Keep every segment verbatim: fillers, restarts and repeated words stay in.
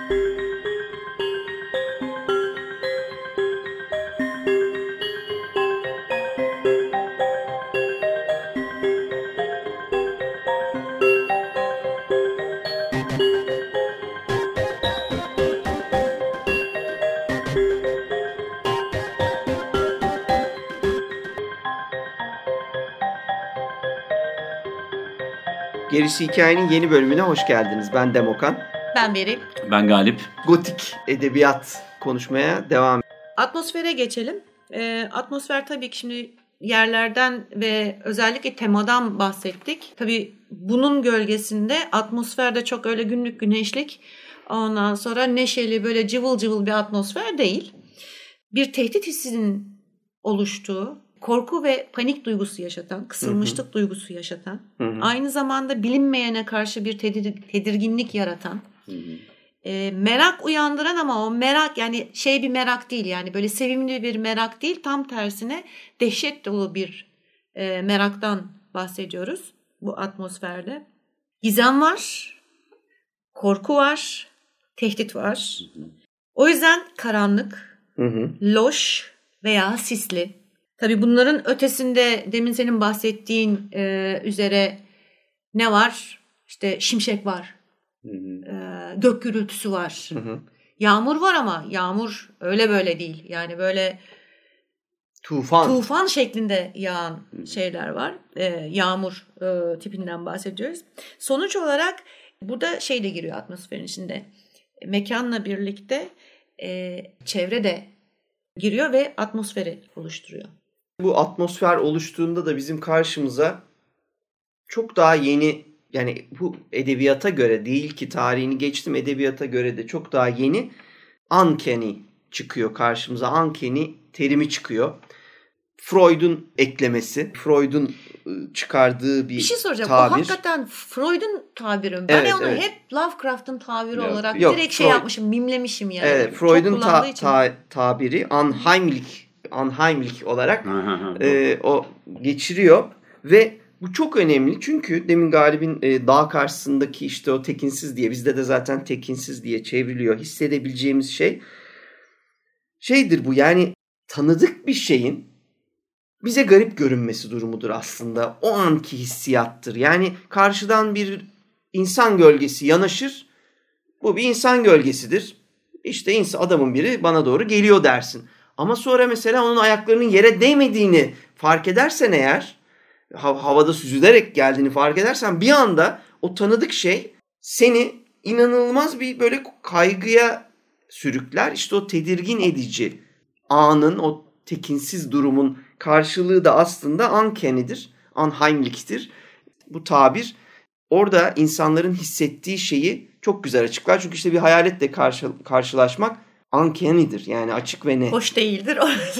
Gerisi Hikayenin yeni bölümüne hoş geldiniz. Ben Demokan. Ben Beril. Ben Galip. Gotik edebiyat konuşmaya devam edelim. Atmosfere geçelim. E, atmosfer tabii ki şimdi yerlerden ve özellikle temadan bahsettik. Tabii bunun gölgesinde atmosferde çok öyle günlük güneşlik, ondan sonra neşeli böyle cıvıl cıvıl bir atmosfer değil. Bir tehdit hissinin oluştuğu, korku ve panik duygusu yaşatan, kısılmışlık hı hı. duygusu yaşatan, hı hı. aynı zamanda bilinmeyene karşı bir tedir- tedirginlik yaratan, hı hı. E, merak uyandıran ama o merak yani şey bir merak değil, yani böyle sevimli bir merak değil, tam tersine dehşet dolu bir e, meraktan bahsediyoruz bu atmosferde. Gizem var, korku var, tehdit var. Hı hı. O yüzden karanlık, hı hı. loş veya sisli. Tabii bunların ötesinde demin senin bahsettiğin e, üzere ne var? İşte şimşek var, hı hı. E, gök gürültüsü var, hı hı. yağmur var ama yağmur öyle böyle değil. Yani böyle tufan, tufan şeklinde yağan hı hı. şeyler var. E, yağmur e, tipinden bahsediyoruz. Sonuç olarak burada şey de giriyor atmosferin içinde. Mekanla birlikte e, çevre de giriyor ve atmosferi oluşturuyor. Bu atmosfer oluştuğunda da bizim karşımıza çok daha yeni, yani bu edebiyata göre değil ki, tarihini geçtim, edebiyata göre de çok daha yeni uncanny çıkıyor karşımıza. Uncanny terimi çıkıyor. Freud'un eklemesi, Freud'un çıkardığı bir, bir şey soracağım. Tabir. O hakikaten Freud'un tabiri mi? Ben evet, onu evet. hep Lovecraft'ın tabiri yok, olarak yok, direkt Freud, şey yapmışım, mimlemişim yani. Evet, Freud'un ta- ta- tabiri unheimlich, unheimlich olarak e, o geçiriyor ve bu çok önemli çünkü demin Galip'in e, dağ karşısındaki işte o tekinsiz diye, bizde de zaten tekinsiz diye çevriliyor, hissedebileceğimiz şey şeydir bu, yani tanıdık bir şeyin bize garip görünmesi durumudur aslında. O anki hissiyattır. Yani karşıdan bir insan gölgesi yanaşır. Bu bir insan gölgesidir. İşte insan, adamın biri bana doğru geliyor dersin. Ama sonra mesela onun ayaklarının yere değmediğini fark edersen eğer, havada süzülerek geldiğini fark edersen, bir anda o tanıdık şey seni inanılmaz bir böyle kaygıya sürükler. İşte o tedirgin edici anın, o tekinsiz durumun karşılığı da aslında uncanny'dir, unheimlich'tir. Bu tabir orada insanların hissettiği şeyi çok güzel açıklar. Çünkü işte bir hayaletle karşı, karşılaşmak uncanny'dir. Yani açık ve net. Hoş değildir.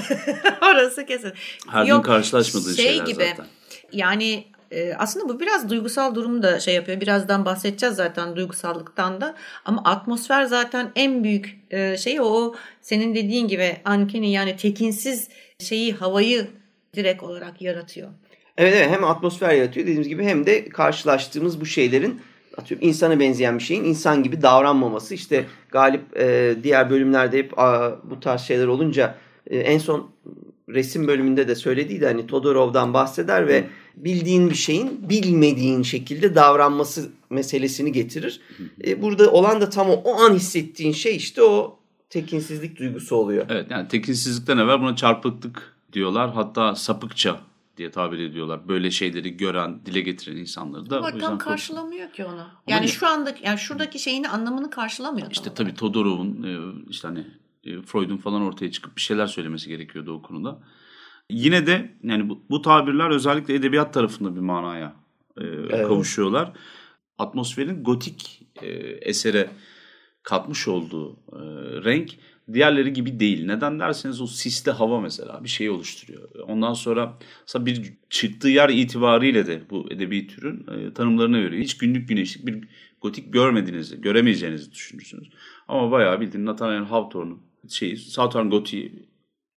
Orası kesin. Her Yok, gün karşılaşmadığın şey şeyler gibi, zaten. Yani e, aslında bu biraz duygusal durumu da şey yapıyor. Birazdan bahsedeceğiz zaten duygusallıktan da. Ama atmosfer zaten en büyük e, şey o senin dediğin gibi uncanny, yani tekinsiz şeyi, havayı direkt olarak yaratıyor. Evet evet, hem atmosfer yaratıyor dediğimiz gibi hem de karşılaştığımız bu şeylerin, atıyorum insana benzeyen bir şeyin insan gibi davranmaması. İşte Galip e, diğer bölümlerde hep a, bu tarz şeyler olunca e, en son resim bölümünde de söylediydi, hani Todorov'dan bahseder ve bildiğin bir şeyin bilmediğin şekilde davranması meselesini getirir. E, burada olan da tam o, o an hissettiğin şey işte o tekinsizlik duygusu oluyor. Evet, yani tekinsizlikten evvel buna çarpıklık diyorlar, hatta sapıkça diye tabir ediyorlar. Böyle şeyleri gören, dile getiren insanları da. Ama tam karşılamıyor ki onu. Yani Ama şu andaki, yani şuradaki şeyini, anlamını karşılamıyor. İşte tabii Todorov'un işte hani Freud'un falan ortaya çıkıp bir şeyler söylemesi gerekiyordu o konuda. Yine de yani bu, bu tabirler özellikle edebiyat tarafında bir manaya e, evet. kavuşuyorlar. Atmosferin gotik e, esere katmış olduğu e, renk diğerleri gibi değil. Neden derseniz o sisli hava mesela bir şey oluşturuyor. Ondan sonra mesela bir çıktığı yer itibariyle de bu edebi türün e, tanımlarını veriyor. Hiç günlük güneşlik bir gotik görmediğinizi, göremeyeceğinizi düşünürsünüz. Ama bayağı bildiğin Nathaniel Hawthorne'un şeyi, Southern Gotiği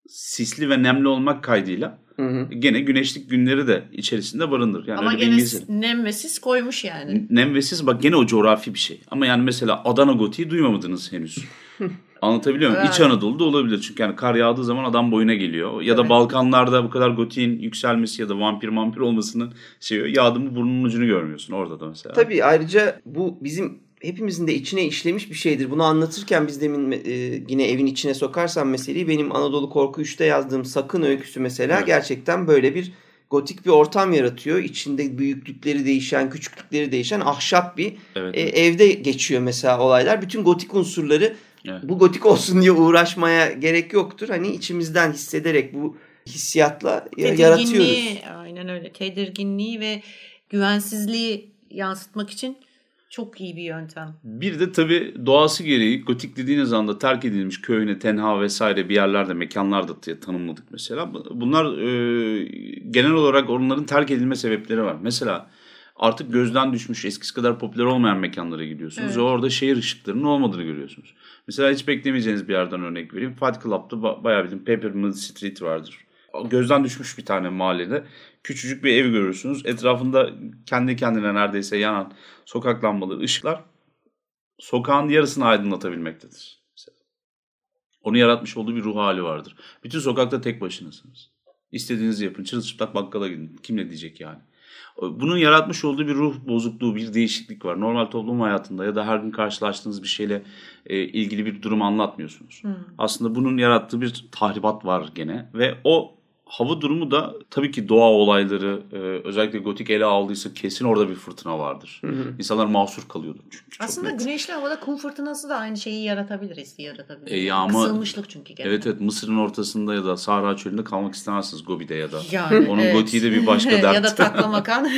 sisli ve nemli olmak kaydıyla hı hı. gene güneşlik günleri de içerisinde barındır. Yani ama gene nem ve sis koymuş yani. Nem ve sis bak gene o coğrafi bir şey. Ama yani mesela Adana gotiği duymamadınız henüz. Anlatabiliyor muyum? Evet. İç Anadolu'da olabilir. Çünkü yani kar yağdığı zaman adam boyuna geliyor. Ya da evet. Balkanlarda bu kadar gotiğin yükselmesi ya da vampir vampir olmasının şey yağdı mı burnunun ucunu görmüyorsun orada da mesela. Tabii ayrıca bu bizim hepimizin de içine işlemiş bir şeydir. Bunu anlatırken biz demin e, yine evin içine sokarsam meseleyi benim Anadolu Korku üçte yazdığım Sakın öyküsü mesela evet. gerçekten böyle bir gotik bir ortam yaratıyor. İçinde büyüklükleri değişen, küçüklükleri değişen ahşap bir evet, e, evet. evde geçiyor mesela olaylar. Bütün gotik unsurları evet. bu gotik olsun diye uğraşmaya gerek yoktur. Hani içimizden hissederek bu hissiyatla yaratıyoruz. Aynen öyle. Tedirginliği ve güvensizliği yansıtmak için çok iyi bir yöntem. Bir de tabii doğası gereği gotik dediğiniz anda terk edilmiş köyüne, tenha vesaire bir yerlerde, mekanlarda diye tanımladık mesela. Bunlar e, genel olarak onların terk edilme sebepleri var. Mesela artık gözden düşmüş, eskisi kadar popüler olmayan mekanlara gidiyorsunuz evet. ve orada şehir ışıklarının olmadığını görüyorsunuz. Mesela hiç beklemeyeceğiniz bir yerden örnek vereyim. Fight Club'da ba- bayağı bildiğim Peppermint Street vardır. Gözden düşmüş bir tane mahallede küçücük bir ev görürsünüz. Etrafında kendi kendine neredeyse yanan sokak lambalı ışıklar sokağın yarısını aydınlatabilmektedir. Mesela. Onu yaratmış olduğu bir ruh hali vardır. Bütün sokakta tek başınasınız. İstediğinizi yapın. Çırılçıplak bakkala gidin. Kim ne diyecek yani? Bunun yaratmış olduğu bir ruh bozukluğu, bir değişiklik var. Normal toplum hayatında ya da her gün karşılaştığınız bir şeyle e, ilgili bir durum anlatmıyorsunuz. Hmm. Aslında bunun yarattığı bir tahribat var gene ve o hava durumu da tabii ki doğa olayları e, özellikle gotik ele aldıysa kesin orada bir fırtına vardır. Hı hı. İnsanlar mahsur kalıyordur çünkü. Aslında çok güneşli havada kum fırtınası da aynı şeyi yaratabilir, hissi yaratabilir. E, ya ama, kısılmışlık çünkü genelde. Evet evet Mısır'ın ortasında ya da Sahra çölünde kalmak istemezsiniz Gobi'de ya da. Yani, onun evet. gotiği de bir başka dert. Ya da taklamakan.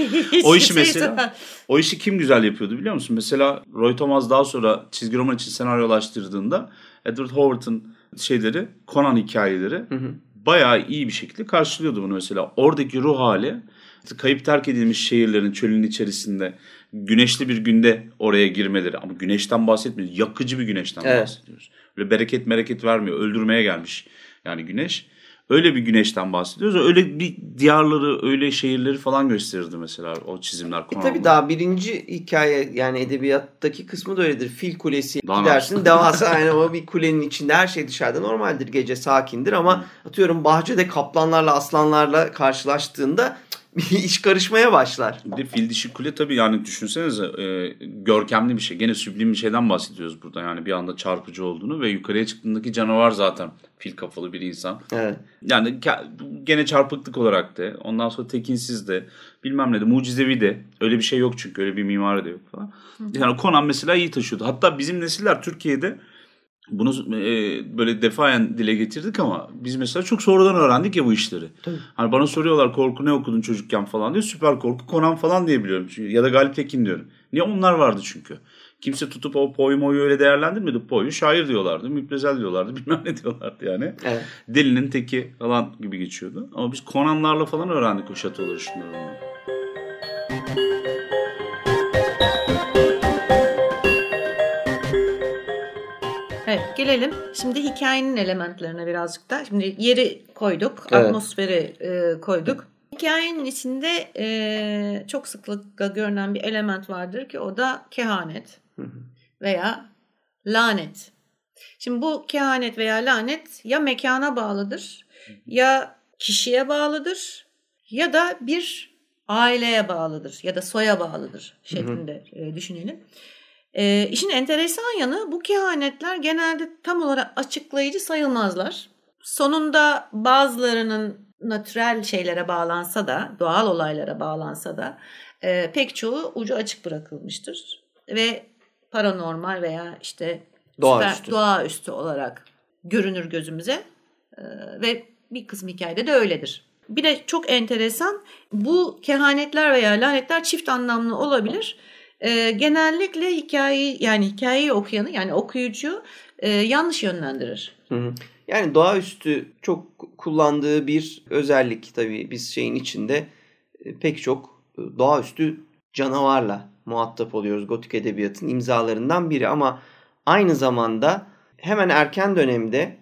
O işi mesela o işi kim güzel yapıyordu biliyor musun? Mesela Roy Thomas daha sonra çizgi roman için senaryolaştırdığında Edward Howard'ın şeyleri, Conan hikayeleri hı hı. bayağı iyi bir şekilde karşılıyordu bunu mesela. Oradaki ruh hali kayıp terk edilmiş şehirlerin çölün içerisinde güneşli bir günde oraya girmeleri. Ama güneşten bahsetmiyoruz. Yakıcı bir güneşten evet. bahsediyoruz. Böyle bereket bereket vermiyor. Öldürmeye gelmiş yani güneş. Öyle bir güneşten bahsediyoruz. Öyle bir diyarları, öyle şehirleri falan gösterirdi mesela o çizimler. E tabii daha birinci hikaye yani edebiyattaki kısmı da öyledir. Fil kulesi daha gidersin. Devasa yani o bir kulenin içinde her şey dışarıda normaldir. Gece sakindir ama Hı. atıyorum bahçede kaplanlarla, aslanlarla karşılaştığında bir iş karışmaya başlar. Bir de fil dişi kule tabii yani düşünsenize e, görkemli bir şey. Gene süblim bir şeyden bahsediyoruz burada. Yani bir anda çarpıcı olduğunu ve yukarıya çıktığındaki canavar zaten fil kafalı bir insan. Evet. Yani gene çarpıklık olarak da ondan sonra tekinsiz de bilmem ne de mucizevi de öyle bir şey yok çünkü öyle bir mimari de yok falan. Hı. Yani Conan mesela iyi taşıyordu. Hatta bizim nesiller Türkiye'de bunu e, böyle defayen dile getirdik ama biz mesela çok sonradan öğrendik ya bu işleri. Tabii. Hani bana soruyorlar korku ne okudun çocukken falan diyor. Süper korku Conan falan diye biliyorum. Çünkü, ya da Galip Tekin diyorum. Niye onlar vardı çünkü. Kimse tutup o Poe'yu Moe'yu öyle değerlendirmedi. Poe'yu şair diyorlardı. Müptezel diyorlardı. Bilmem ne diyorlardı yani. Evet. Delinin teki falan gibi geçiyordu. Ama biz Conan'larla falan öğrendik o şatoları şunları. Evet, gelelim şimdi hikayenin elementlerine birazcık da. Şimdi yeri koyduk, evet. atmosferi e, koyduk. Hikayenin içinde e, çok sıklıkla görünen bir element vardır ki o da kehanet veya lanet. Şimdi bu kehanet veya lanet ya mekana bağlıdır, ya kişiye bağlıdır ya da bir aileye bağlıdır ya da soya bağlıdır şeklinde e, düşünelim. E, işin enteresan yanı bu kehanetler genelde tam olarak açıklayıcı sayılmazlar. Sonunda bazılarının natürel şeylere bağlansa da, doğal olaylara bağlansa da e, pek çoğu ucu açık bırakılmıştır. Ve paranormal veya işte doğaüstü, doğaüstü olarak görünür gözümüze e, ve bir kısım hikayede de öyledir. Bir de çok enteresan bu kehanetler veya lanetler çift anlamlı olabilir. E, genellikle hikayeyi yani hikayeyi okuyanı yani okuyucuyu e, yanlış yönlendirir. Hı hı. Yani doğaüstü çok kullandığı bir özellik tabii biz şeyin içinde e, pek çok doğaüstü canavarla muhatap oluyoruz. Gotik edebiyatın imzalarından biri ama aynı zamanda hemen erken dönemde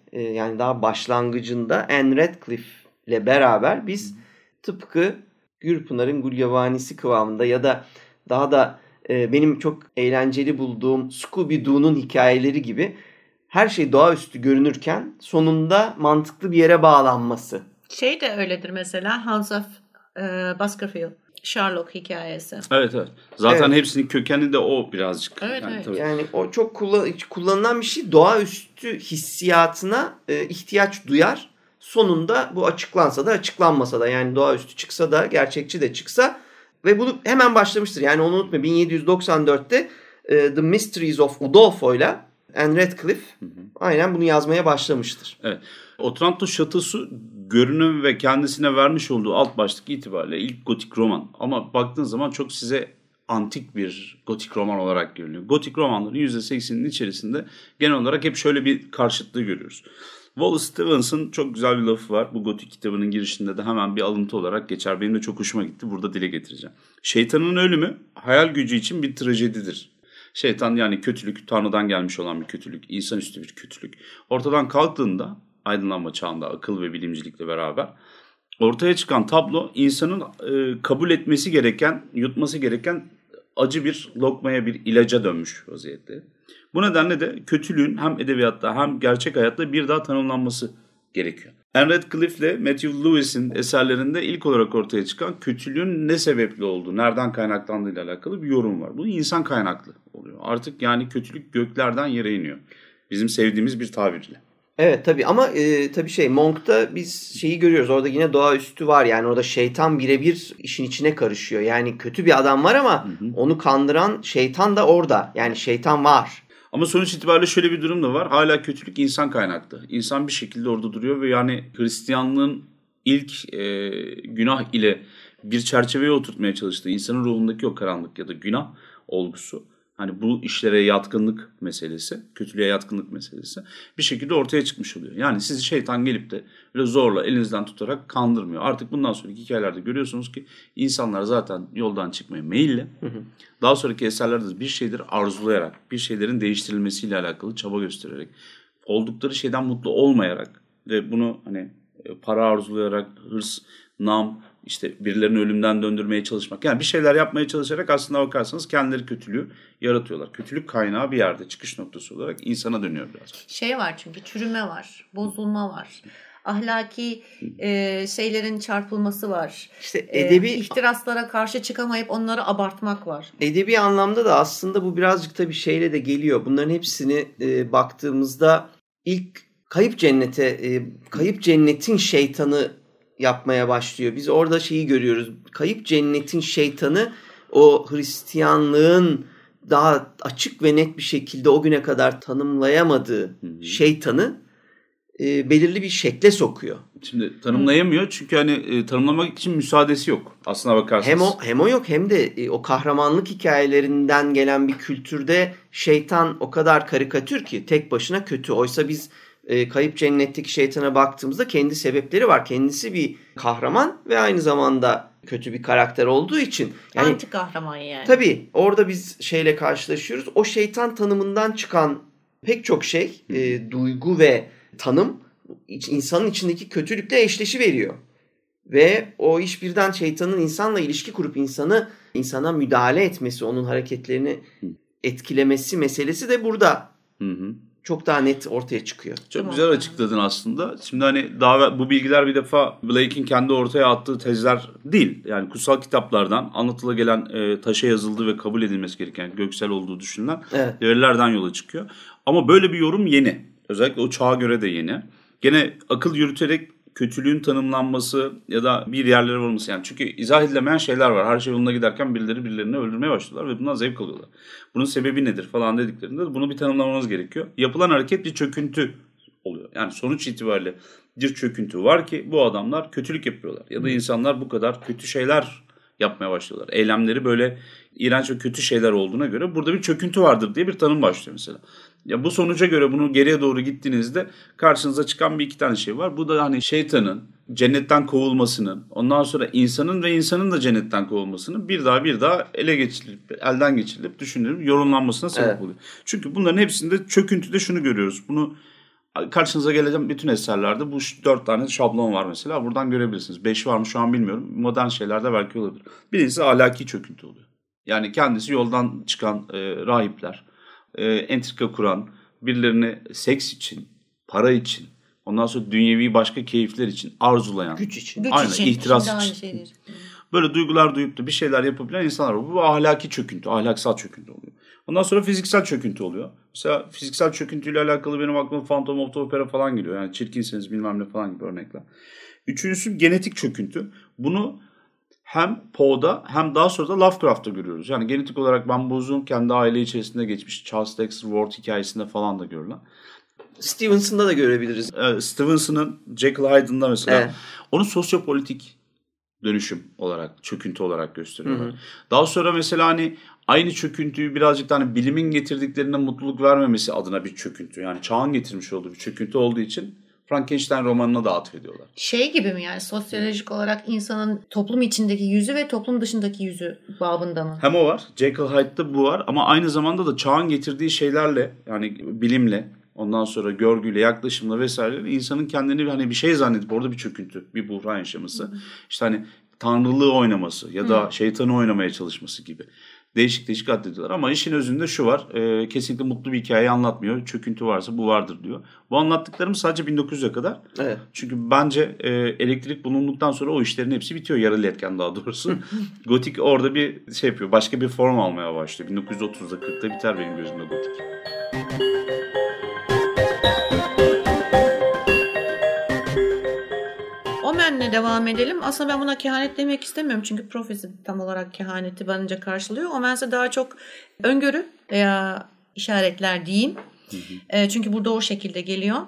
e, yani daha başlangıcında Anne Radcliffe ile beraber biz tıpkı Gürpınar'ın Gulyavanisi kıvamında ya da daha da e, benim çok eğlenceli bulduğum Scooby-Doo'nun hikayeleri gibi her şey doğaüstü görünürken sonunda mantıklı bir yere bağlanması. Şey de öyledir mesela Hounds of e, Baskerville. Sherlock hikayesi. Evet evet. Zaten evet. hepsinin kökeni de o birazcık. Evet yani, evet. Tabii. Yani o çok kullan- kullanılan bir şey. Doğaüstü hissiyatına e, ihtiyaç duyar. Sonunda bu açıklansa da açıklanmasa da yani doğaüstü çıksa da gerçekçi de çıksa ve bunu hemen başlamıştır. Yani onu unutma bin yedi yüz doksan dörtte e, The Mysteries of Udolpho'yla Anne Radcliffe hı hı. aynen bunu yazmaya başlamıştır. Evet. Otranto Şatosu görünüm ve kendisine vermiş olduğu alt başlık itibariyle ilk gotik roman. Ama baktığın zaman çok size antik bir gotik roman olarak görünüyor. Gotik romanların yüzde sekseninin içerisinde genel olarak hep şöyle bir karşıtlığı görüyoruz. Wallace Stevens'ın çok güzel bir lafı var. Bu gotik kitabının girişinde de hemen bir alıntı olarak geçer. Benim de çok hoşuma gitti. Burada dile getireceğim. Şeytanın ölümü hayal gücü için bir trajedidir. Şeytan yani kötülük, Tanrı'dan gelmiş olan bir kötülük, insanüstü bir kötülük. Ortadan kalktığında aydınlanma çağında akıl ve bilimcilikle beraber ortaya çıkan tablo insanın e, kabul etmesi gereken, yutması gereken acı bir lokmaya, bir ilaca dönmüş vaziyette. Bu nedenle de kötülüğün hem edebiyatta hem gerçek hayatta bir daha tanımlanması gerekiyor. Anne Radcliffe ile Matthew Lewis'in eserlerinde ilk olarak ortaya çıkan kötülüğün ne sebeple olduğu, nereden kaynaklandığı ile alakalı bir yorum var. Bu insan kaynaklı oluyor. Artık yani kötülük göklerden yere iniyor. Bizim sevdiğimiz bir tabirle. Evet tabii ama e, tabii şey Monk'ta biz şeyi görüyoruz. Orada yine doğaüstü var. Yani orada şeytan birebir işin içine karışıyor. Yani kötü bir adam var ama hı hı. onu kandıran şeytan da orada. Yani şeytan var. Ama sonuç itibariyle şöyle bir durum da var. Hala kötülük insan kaynaklı. İnsan bir şekilde orada duruyor ve yani Hristiyanlığın ilk e, günah ile bir çerçeveye oturtmaya çalıştığı insanın ruhundaki o karanlık ya da günah olgusu. Hani bu işlere yatkınlık meselesi, kötülüğe yatkınlık meselesi bir şekilde ortaya çıkmış oluyor. Yani sizi şeytan gelip de böyle zorla elinizden tutarak kandırmıyor. Artık bundan sonraki hikayelerde görüyorsunuz ki insanlar zaten yoldan çıkmaya meyilli. Hı hı. Daha sonraki eserlerde bir şeyleri arzulayarak, bir şeylerin değiştirilmesiyle alakalı çaba göstererek, oldukları şeyden mutlu olmayarak ve bunu hani para arzulayarak, hırs, nam, işte birilerini ölümden döndürmeye çalışmak. Yani bir şeyler yapmaya çalışarak aslında bakarsanız kendileri kötülüğü yaratıyorlar. Kötülük kaynağı bir yerde çıkış noktası olarak insana dönüyor biraz. Şey var çünkü çürüme var, bozulma var. Ahlaki e, şeylerin çarpılması var. İşte edebi e, ihtiraslara karşı çıkamayıp onları abartmak var. Edebi anlamda da aslında bu birazcık tabii şeyle de geliyor. Bunların hepsini e, baktığımızda ilk Kayıp Cennete, e, Kayıp Cennet'in şeytanı yapmaya başlıyor. Biz orada şeyi görüyoruz. Kayıp Cennet'in şeytanı o Hristiyanlığın daha açık ve net bir şekilde o güne kadar tanımlayamadığı Hı-hı. şeytanı e, belirli bir şekle sokuyor. Şimdi tanımlayamıyor çünkü hani e, tanımlamak için müsaadesi yok. Aslına bakarsanız. Hem o, hem o yok hem de e, o kahramanlık hikayelerinden gelen bir kültürde şeytan o kadar karikatür ki tek başına kötü. Oysa biz e, Kayıp Cennet'teki şeytana baktığımızda kendi sebepleri var. Kendisi bir kahraman ve aynı zamanda kötü bir karakter olduğu için. Yani, anti kahraman yani. Tabii orada biz şeyle karşılaşıyoruz. O şeytan tanımından çıkan pek çok şey, e, duygu ve tanım insanın içindeki kötülükle eşleşi veriyor. Ve o iş birden şeytanın insanla ilişki kurup insanı insana müdahale etmesi, onun hareketlerini etkilemesi meselesi de burada. Hı hı. Çok daha net ortaya çıkıyor. Çok tamam. güzel açıkladın aslında. Şimdi hani daha bu bilgiler bir defa Blake'in kendi ortaya attığı tezler değil. Yani kutsal kitaplardan anlatıla gelen e, taşa yazıldığı ve kabul edilmesi gereken göksel olduğu düşünülen evet. değerlerden yola çıkıyor. Ama böyle bir yorum yeni. Özellikle o çağa göre de yeni. Gene akıl yürüterek kötülüğün tanımlanması ya da bir yerlere vurması. Yani çünkü izah edilemeyen şeyler var. Her şey yoluna giderken birileri birilerini öldürmeye başlıyorlar ve bundan zevk alıyorlar. Bunun sebebi nedir falan dediklerinde bunu bir tanımlamamız gerekiyor. Yapılan hareket bir çöküntü oluyor. Yani sonuç itibariyle bir çöküntü var ki bu adamlar kötülük yapıyorlar. Ya da insanlar bu kadar kötü şeyler yapmaya başlıyorlar. Eylemleri böyle iğrenç ve kötü şeyler olduğuna göre burada bir çöküntü vardır diye bir tanım başlıyor mesela. Ya bu sonuca göre bunu geriye doğru gittiğinizde karşınıza çıkan bir iki tane şey var. Bu da hani şeytanın cennetten kovulmasının, ondan sonra insanın ve insanın da cennetten kovulmasının bir daha bir daha ele geçirilip, elden geçirilip, düşünülüp yorumlanmasına sebep evet. oluyor. Çünkü bunların hepsinde çöküntüde şunu görüyoruz. Bunu karşınıza geleceğim bütün eserlerde bu dört tane şablon var mesela. Buradan görebilirsiniz. Beş var mı şu an bilmiyorum. Modern şeylerde belki olabilir. Birincisi ahlaki çöküntü oluyor. Yani kendisi yoldan çıkan e, rahipler, e, entrika kuran, birilerini seks için, para için, ondan sonra dünyevi başka keyifler için arzulayan. Güç için. Güç aynen, için. ihtiras için. Böyle duygular duyup da bir şeyler yapabilen insanlar var. Bu ahlaki çöküntü, ahlaksal çöküntü oluyor. Ondan sonra fiziksel çöküntü oluyor. Mesela fiziksel çöküntüyle alakalı benim aklıma Phantom of the Opera falan geliyor. Yani çirkinseniz bilmem ne falan gibi örnekler. Üçüncüsü genetik çöküntü. Bunu hem Poe'da hem daha sonra da Lovecraft'ta görüyoruz. Yani genetik olarak ben bozuğum kendi aile içerisinde geçmiş. Charles Dexter Ward hikayesinde falan da görülen. Stevenson'da da görebiliriz. Ee, Stevenson'ın Jekyll Hyde'ında mesela. Evet. Onu sosyopolitik dönüşüm olarak, çöküntü olarak gösteriyorlar. Hı hı. Daha sonra mesela hani aynı çöküntüyü birazcık da hani bilimin getirdiklerine mutluluk vermemesi adına bir çöküntü. Yani çağın getirmiş olduğu bir çöküntü olduğu için Frankenstein romanına da atfediyorlar. Şey gibi mi yani sosyolojik olarak insanın toplum içindeki yüzü ve toplum dışındaki yüzü babında mı? Hem o var. Jekyll Hyde'da bu var ama aynı zamanda da çağın getirdiği şeylerle yani bilimle ondan sonra görgüyle, yaklaşımla vesaireyle insanın kendini hani bir şey zannedip orada bir çöküntü, bir buhran yaşaması. Hı. İşte hani tanrılığı oynaması ya da Hı. şeytanı oynamaya çalışması gibi. Değişik değişik addediyorlar ama işin özünde şu var. E, kesinlikle mutlu bir hikaye anlatmıyor. Çöküntü varsa bu vardır diyor. Bu anlattıklarım sadece bin dokuz yüze kadar. Evet. Çünkü bence e, elektrik bulunduktan sonra o işlerin hepsi bitiyor. Yarı iletken daha doğrusu. Gotik orada bir şey yapıyor. Başka bir form almaya başlıyor. bin dokuz yüz otuzda kırkta biter benim gözümde gotik. Omen'le devam edelim. Aslında ben buna kehanet demek istemiyorum. Çünkü profesi tam olarak kehaneti bence karşılıyor. Omen ise daha çok öngörü veya işaretler diyeyim. Hı hı. E, çünkü burada o şekilde geliyor.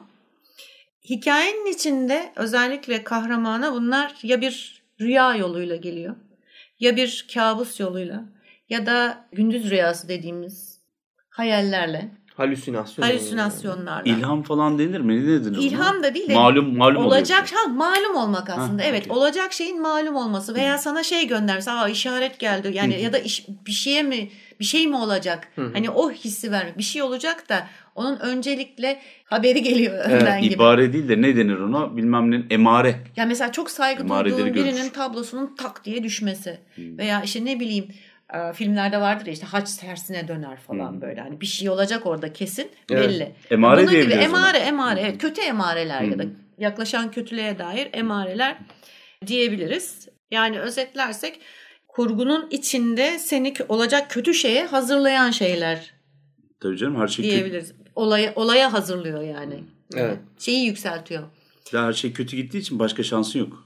Hikayenin içinde özellikle kahramana bunlar ya bir rüya yoluyla geliyor. Ya bir kabus yoluyla. Ya da gündüz rüyası dediğimiz hayallerle. Halüsinasyon. Halüsinasyonlarla. İlham falan denir mi? Ne denir? İlham ona? Da değil de malum malum olacak ha malum olmak aslında. Ha, evet, okay. Olacak şeyin malum olması veya Hı. sana şey gönderse, aa işaret geldi. Yani Hı. ya da iş, bir şeye mi bir şey mi olacak? Hı. Hani o hissi vermek. Bir şey olacak da onun öncelikle haberi geliyor önden evet, gibi. İbare değil de ne denir ona? Bilmem ne emare. Ya mesela çok saygı duyduğun birinin görür. Tablosunun tak diye düşmesi Hı. veya işte ne bileyim filmlerde vardır ya işte haç tersine döner falan hmm. böyle. Hani bir şey olacak orada kesin evet. belli. Emare Bunun gibi emare ona. emare evet kötü emareler hmm. ya da yaklaşan kötülüğe dair emareler diyebiliriz. Yani özetlersek kurgunun içinde seni olacak kötü şeye hazırlayan şeyler. Tabii canım her şey diyebiliriz. Kötü. Olaya olaya hazırlıyor yani. Evet. Şeyi yükseltiyor. Ya her şey kötü gittiği için başka şansın yok.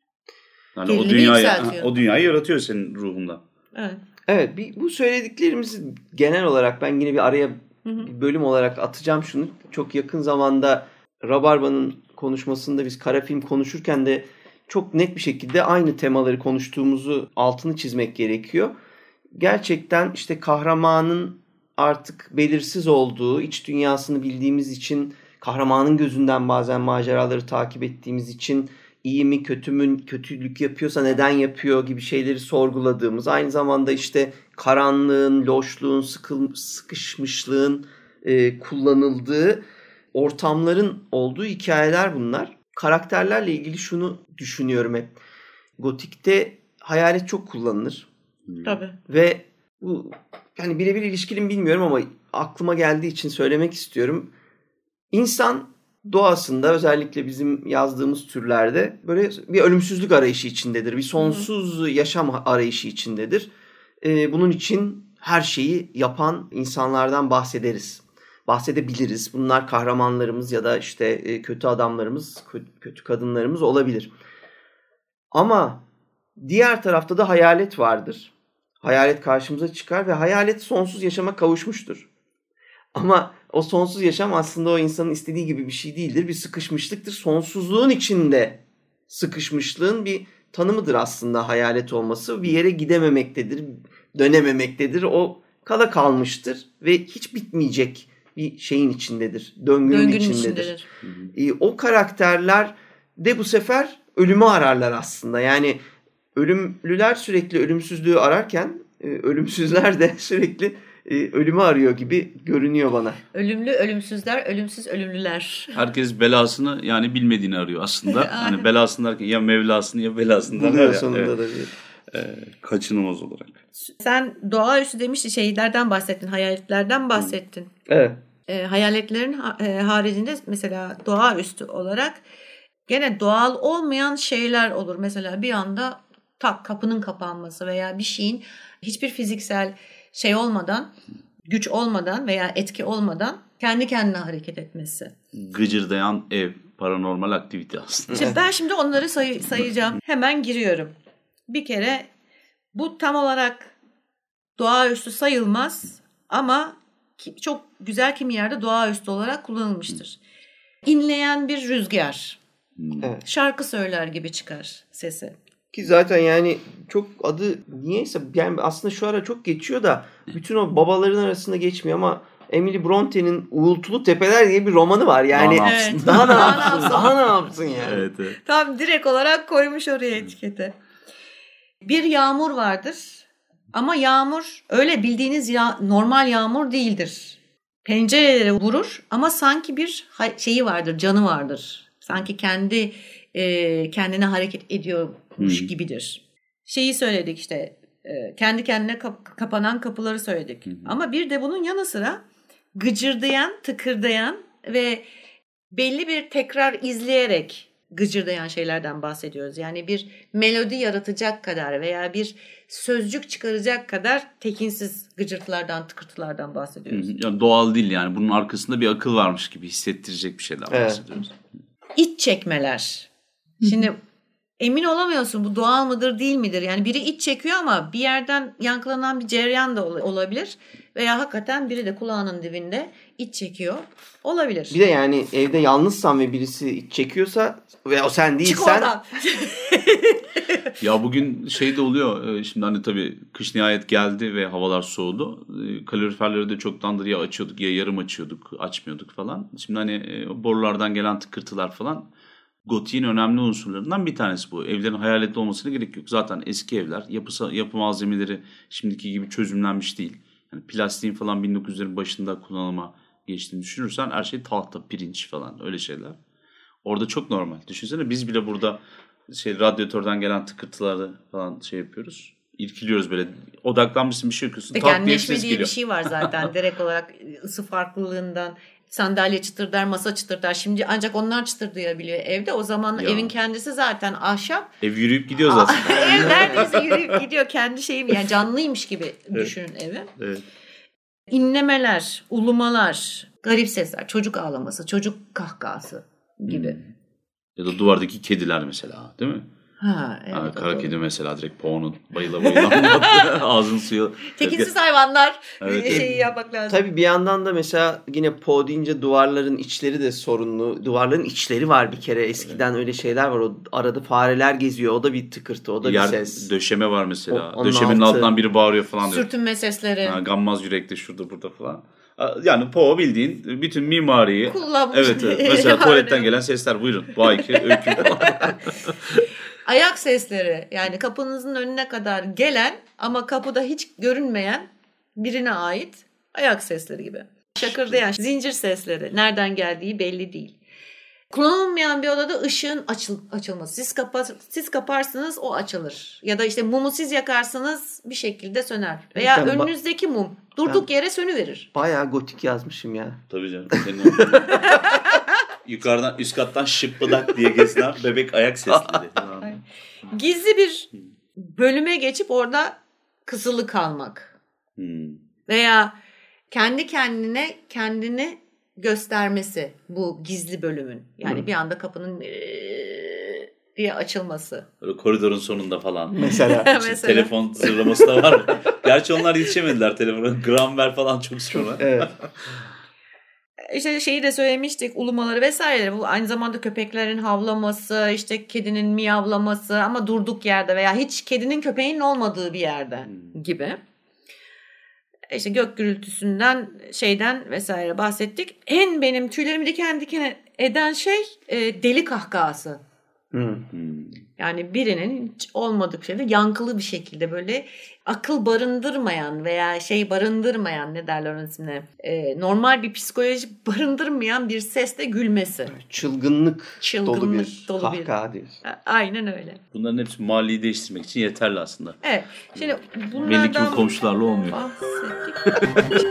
Yani Gerilimi o dünyayı o dünyayı yaratıyor senin ruhunda. Evet. Evet, bir, bu söylediklerimizi genel olarak ben yine bir araya hı hı. bir bölüm olarak atacağım şunu. Çok yakın zamanda Rabarba'nın konuşmasında biz kara film konuşurken de çok net bir şekilde aynı temaları konuştuğumuzu altını çizmek gerekiyor. Gerçekten işte kahramanın artık belirsiz olduğu, iç dünyasını bildiğimiz için, kahramanın gözünden bazen maceraları takip ettiğimiz için iyi mi kötü mü, kötülük yapıyorsa neden yapıyor gibi şeyleri sorguladığımız, aynı zamanda işte karanlığın, loşluğun, sıkıl, sıkışmışlığın e, kullanıldığı ortamların olduğu hikayeler bunlar. Karakterlerle ilgili şunu düşünüyorum hep. Gotik'te hayalet çok kullanılır. Tabii. Ve bu hani birebir ilişkili mi bilmiyorum ama aklıma geldiği için söylemek istiyorum. İnsan doğasında özellikle bizim yazdığımız türlerde böyle bir ölümsüzlük arayışı içindedir. Bir sonsuz Hı. yaşam arayışı içindedir. Ee, bunun için her şeyi yapan insanlardan bahsederiz. Bahsedebiliriz. Bunlar kahramanlarımız ya da işte kötü adamlarımız, kötü kadınlarımız olabilir. Ama diğer tarafta da hayalet vardır. Hayalet karşımıza çıkar ve hayalet sonsuz yaşama kavuşmuştur. Ama o sonsuz yaşam aslında o insanın istediği gibi bir şey değildir. Bir sıkışmışlıktır. Sonsuzluğun içinde sıkışmışlığın bir tanımıdır aslında hayalet olması. Bir yere gidememektedir, dönememektedir. O kala kalmıştır ve hiç bitmeyecek bir şeyin içindedir. Döngünün, Döngünün içindedir. içindedir. E, o karakterler de bu sefer ölümü ararlar aslında. Yani ölümlüler sürekli ölümsüzlüğü ararken e, ölümsüzler de sürekli e, ölümü arıyor gibi görünüyor bana. Ölümlü ölümsüzler, ölümsüz ölümlüler. Herkes belasını yani bilmediğini arıyor aslında. Hani belasını derken ya Mevlasını ya belasını da buluyor sonunda evet. da bir e, kaçınılmaz olarak. Sen doğaüstü demiştin, şeylerden bahsettin, hayaletlerden bahsettin. Evet. E, hayaletlerin e, haricinde mesela doğaüstü olarak gene doğal olmayan şeyler olur. Mesela bir anda tak kapının kapanması veya bir şeyin hiçbir fiziksel şey olmadan, güç olmadan veya etki olmadan kendi kendine hareket etmesi. Gıcırdayan ev, paranormal aktivite aslında. İşte ben şimdi onları say- sayacağım. Hemen giriyorum. Bir kere bu tam olarak doğaüstü sayılmaz ama çok güzel kimi yerde doğaüstü olarak kullanılmıştır. İnleyen bir rüzgar. Evet. Şarkı söyler gibi çıkar sesi. Ki zaten yani çok adı niyeyse yani aslında şu ara çok geçiyor da bütün o babaların arasında geçmiyor ama Emily Bronte'nin Uğultulu Tepeler diye bir romanı var. Yani daha ne yapsın? Evet. Daha ne yapsın? Daha ne yapsın yani? Evet, evet. Tam direkt olarak koymuş oraya etikete. Bir yağmur vardır ama yağmur öyle bildiğiniz ya, normal yağmur değildir. Pencerelere vurur ama sanki bir şeyi vardır, canı vardır. Sanki kendi e, kendine hareket ediyormuş hmm. gibidir. Şeyi söyledik işte, e, kendi kendine kap- kapanan kapıları söyledik. Hmm. Ama bir de bunun yanı sıra gıcırdayan, tıkırdayan ve belli bir tekrar izleyerek gıcırdayan şeylerden bahsediyoruz. Yani bir melodi yaratacak kadar veya bir sözcük çıkaracak kadar tekinsiz gıcırtılardan, tıkırtılardan bahsediyoruz. Yani doğal değil yani. Bunun arkasında bir akıl varmış gibi hissettirecek bir şeyden evet. bahsediyoruz. İç çekmeler. Şimdi emin olamıyorsun bu doğal mıdır değil midir? Yani biri iç çekiyor ama bir yerden yankılanan bir cereyan da olabilir. Veya hakikaten biri de kulağının dibinde iç çekiyor olabilir. Bir de yani evde yalnızsan ve birisi iç çekiyorsa ve o sen değilsen. Çık oradan. Ya bugün şey de oluyor. Şimdi hani tabii kış nihayet geldi ve havalar soğudu. Kaloriferleri de çoktandır ya açıyorduk ya yarım açıyorduk, açmıyorduk falan. Şimdi hani borulardan gelen tıkırtılar falan. Gotiğin önemli unsurlarından bir tanesi bu. Evlerin hayaletli olmasına gerek yok. Zaten eski evler, yapısı, yapı malzemeleri şimdiki gibi çözümlenmiş değil. Yani plastiğin falan bin dokuz yüzlerin başında kullanıma geçtiğini düşünürsen her şey tahta, pirinç falan öyle şeyler. Orada çok normal. Düşünsene biz bile burada şey radyatörden gelen tıkırtıları falan şey yapıyoruz. İrkiliyoruz böyle. Odaklanmışsın bir şey yapıyorsun. Tekenleşme diye bir şey var zaten. Direkt olarak ısı farklılığından. Sandalye çıtırdar, masa çıtırdar. Şimdi ancak onlar çıtırdayabiliyor evde. O zaman ya. Evin kendisi zaten ahşap. Ev yürüyüp gidiyor zaten. Ev neredeyse yürüyüp gidiyor. Kendi şeyim yani canlıymış gibi düşünün evet. evi. Evet. İnlemeler, ulumalar, garip sesler, çocuk ağlaması, çocuk kahkahası gibi. Hmm. Ya da duvardaki kediler mesela değil mi? Ha, evet, yani kara kedi mesela direkt Poe'nun bayıla bayıla ağzın suyu. Tekinsiz hayvanlar evet. şeyi yapmak lazım. Tabii bir yandan da mesela yine Poe deyince duvarların içleri de sorunlu. Duvarların içleri var bir kere. Eskiden evet. öyle şeyler var. O arada fareler geziyor. O da bir tıkırtı. O da Yer, bir ses. Döşeme var mesela. O, Döşemenin altı. altından biri bağırıyor falan. Sürtünme sesleri. Ha, gammaz yürekte şurada burada falan. Yani Poe bildiğin bütün mimariyi kullanmış. Evet, evet. Mesela tuvaletten gelen sesler buyurun. Vay ki öykü. Ayak sesleri yani kapınızın önüne kadar gelen ama kapıda hiç görünmeyen birine ait ayak sesleri gibi. Şakırdayan zincir sesleri nereden geldiği belli değil. Kullanılmayan bir odada ışığın açıl, açılması. Siz, kapat, siz kaparsınız o açılır. Ya da işte mumu siz yakarsınız bir şekilde söner. Veya ben önünüzdeki ba- mum durduk yere sönüverir. Bayağı gotik yazmışım ya. Tabii canım. Yukarıdan üst kattan şıppıdak diye gezinen bebek ayak sesleri. Gizli bir bölüme geçip orada kısılı kalmak. Hmm. Veya kendi kendine kendini göstermesi bu gizli bölümün. Yani hmm. bir anda kapının ee, diye açılması. Böyle koridorun sonunda falan. Mesela. Mesela. Telefon zırlaması da var mı? Gerçi onlar yetişemediler telefona. Gramber falan çok sonra. Evet. İşte şeyi de söylemiştik, ulumaları vesaireleri. Bu aynı zamanda köpeklerin havlaması, işte kedinin miyavlaması ama durduk yerde veya hiç kedinin köpeğinin olmadığı bir yerde hmm. gibi. İşte gök gürültüsünden şeyden vesaire bahsettik. En benim tüylerimi diken diken eden şey e, deli kahkahası. Hmm. Yani birinin hiç olmadık şeyde yankılı bir şekilde böyle akıl barındırmayan veya şey barındırmayan ne derler onun ismine e, normal bir psikoloji barındırmayan bir sesle gülmesi. Çılgınlık, Çılgınlık dolu bir dolu kahkaha bir. diyorsun. Aynen öyle. Bunların hepsi maliyi değiştirmek için yeterli aslında. Evet. Şimdi bunlardan Belli ki bu komşularla olmuyor. bahsettik.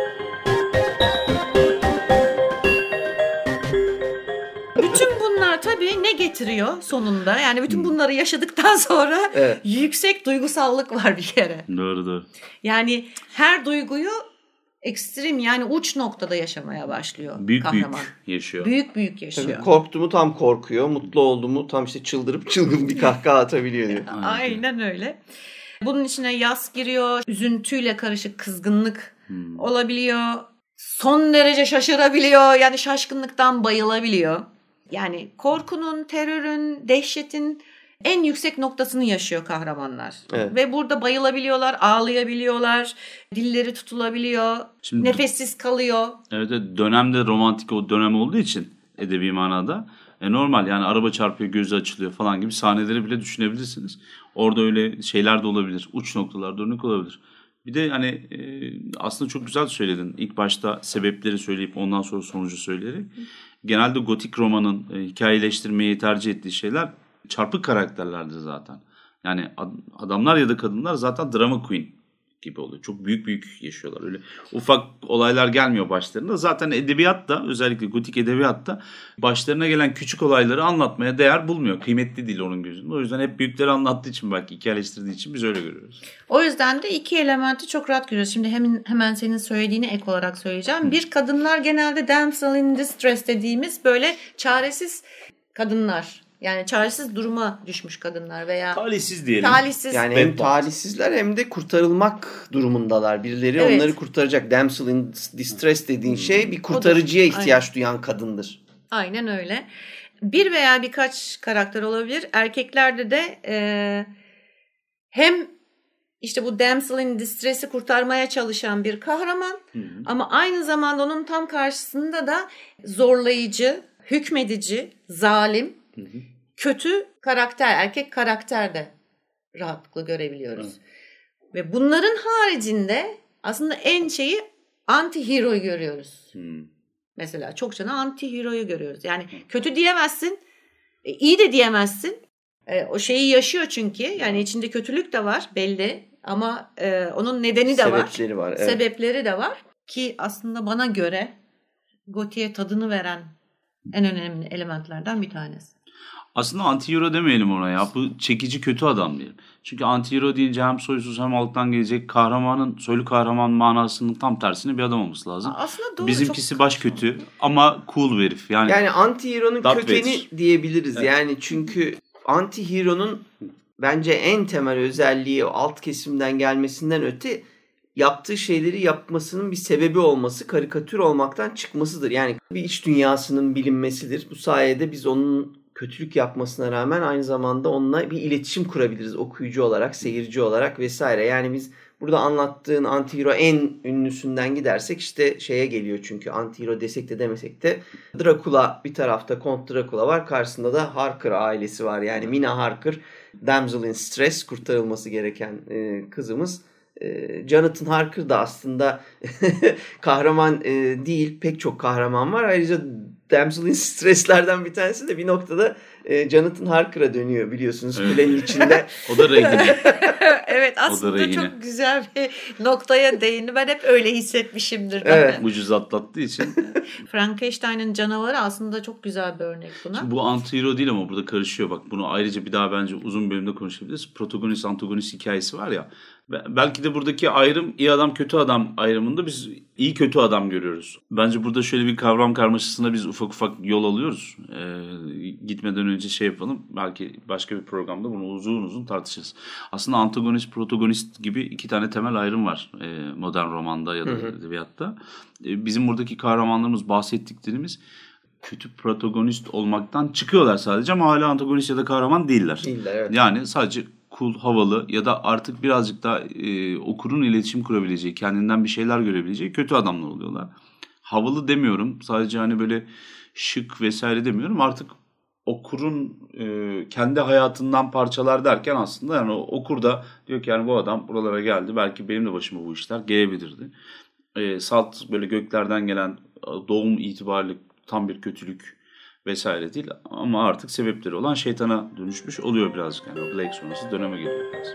Bütün bunlar tabii ne getiriyor sonunda? Yani bütün bunları yaşadıktan sonra Evet. yüksek duygusallık var bir kere. Doğru doğru. Yani her duyguyu ekstrem yani uç noktada yaşamaya başlıyor Büyük kahraman. büyük yaşıyor. Büyük büyük yaşıyor. Tabii korktu mu tam korkuyor, mutlu oldu mu tam işte çıldırıp çılgın bir kahkaha atabiliyor diyor. Aynen öyle. Bunun içine yas giriyor, üzüntüyle karışık kızgınlık Hmm. olabiliyor. Son derece şaşırabiliyor, yani şaşkınlıktan bayılabiliyor. Yani korkunun, terörün, dehşetin en yüksek noktasını yaşıyor kahramanlar. Evet. Ve burada bayılabiliyorlar, ağlayabiliyorlar, dilleri tutulabiliyor, Şimdi- nefessiz kalıyor. Evet, evet, dönemde romantik o dönem olduğu için edebi manada e, normal yani araba çarpıyor gözü açılıyor falan gibi sahneleri bile düşünebilirsiniz. Orada öyle şeyler de olabilir. Uç noktalarda örnek olabilir. Bir de hani e, aslında çok güzel söyledin. İlk başta sebepleri söyleyip ondan sonra sonucu söyleyerek. Genelde gotik romanın e, hikayeleştirmeyi tercih ettiği şeyler çarpık karakterlerdir zaten. Yani ad- adamlar ya da kadınlar zaten drama queen gibi oluyor. Çok büyük büyük yaşıyorlar. Öyle ufak olaylar gelmiyor başlarına. Zaten edebiyatta, özellikle gotik edebiyatta başlarına gelen küçük olayları anlatmaya değer bulmuyor. Kıymetli değil onun gözünde. O yüzden hep büyükleri anlattığı için, belki hikayeleştirdiği için biz öyle görüyoruz. O yüzden de iki elementi çok rahat görüyoruz. Şimdi hemen, hemen senin söylediğine ek olarak söyleyeceğim. Bir, kadınlar genelde damsel in distress dediğimiz böyle çaresiz kadınlar. Yani çaresiz duruma düşmüş kadınlar veya Talihsiz diyelim. talihsiz. Yani Ve hem bat. talihsizler hem de kurtarılmak durumundalar. Birileri Evet. onları kurtaracak. Damsel in distress dediğin şey bir kurtarıcıya Odur. ihtiyaç Aynen. duyan kadındır. Aynen öyle. Bir veya birkaç karakter olabilir. Erkeklerde de e, hem işte bu damsel in distress'i kurtarmaya çalışan bir kahraman, Hı hı. ama aynı zamanda onun tam karşısında da zorlayıcı, hükmedici, zalim, Hı hı. kötü karakter, erkek karakter de rahatlıkla görebiliyoruz. Ve bunların haricinde aslında en şeyi anti-hero'yu görüyoruz. Hı. Mesela çokça anti-hero'yu görüyoruz. Yani kötü diyemezsin, e, iyi de diyemezsin. E, o şeyi yaşıyor çünkü. Yani içinde kötülük de var belli, ama e, onun nedeni de var. Sebepleri var. Evet. Sebepleri de var ki aslında bana göre gotiğe tadını veren en önemli elementlerden bir tanesi. Aslında anti-hero demeyelim ona ya. Bu çekici kötü adam diyelim. Çünkü anti-hero deyince hem soysuz hem alttan gelecek kahramanın, soylu kahraman manasının tam tersine bir adam olması lazım. Aslında doğru. Bizimkisi çok... baş kötü ama cool bir herif. Yani, Yani anti-hero'nun Darth kökeni Vader. diyebiliriz. Evet. Yani çünkü anti-hero'nun bence en temel özelliği alt kesimden gelmesinden öte yaptığı şeyleri yapmasının bir sebebi olması, karikatür olmaktan çıkmasıdır. Yani bir iç dünyasının bilinmesidir. Bu sayede biz onun kötülük yapmasına rağmen aynı zamanda onunla bir iletişim kurabiliriz okuyucu olarak, seyirci olarak vesaire. Yani biz burada anlattığın anti-hero en ünlüsünden gidersek işte şeye geliyor, çünkü anti-hero desek de demesek de Dracula bir tarafta, Kont Dracula var, karşısında da Harker ailesi var. Yani Mina Harker, damsel in distress, kurtarılması gereken e, kızımız. E, Jonathan Harker da aslında kahraman e, değil, pek çok kahraman var. Ayrıca damsel in distress'lerden bir tanesi de bir noktada e, Jonathan Harker'a dönüyor biliyorsunuz, Evet. kulenin içinde. o da rehine. Evet, aslında rehine. çok güzel bir noktaya değindi. Ben hep öyle hissetmişimdir. Evet. Ucuz atlattığı için. Frankenstein'ın canavarı aslında çok güzel bir örnek buna. Şimdi bu anti-hero değil ama burada karışıyor bak. Bunu ayrıca bir daha bence uzun bölümde konuşabiliriz. Protagonist antagonist hikayesi var ya. Belki de buradaki ayrım iyi adam kötü adam ayrımında biz iyi kötü adam görüyoruz. Bence burada şöyle bir kavram karmaşasına biz ufak ufak yol alıyoruz. Ee, gitmeden önce şey yapalım. Belki başka bir programda bunu uzun uzun tartışırız. Aslında antagonist protagonist gibi iki tane temel ayrım var ee, modern romanda ya da edebiyatta. Ee, bizim buradaki kahramanlarımız, bahsettiklerimiz kötü protagonist olmaktan çıkıyorlar sadece ama hala antagonist ya da kahraman değiller. Değiller, evet. Yani sadece cool, havalı ya da artık birazcık daha e, okurun iletişim kurabileceği, kendinden bir şeyler görebileceği kötü adamlar oluyorlar. Havalı demiyorum. Sadece hani böyle şık vesaire demiyorum. Artık okurun e, kendi hayatından parçalar derken aslında yani okur da diyor ki yani bu adam buralara geldi. Belki benim de başıma bu işler gelebilirdi. E, salt böyle göklerden gelen doğum itibariyle tam bir kötülük vesaire değil. Ama artık sebepleri olan şeytana dönüşmüş oluyor birazcık. Yani o Blake sonrası döneme geliyor biraz.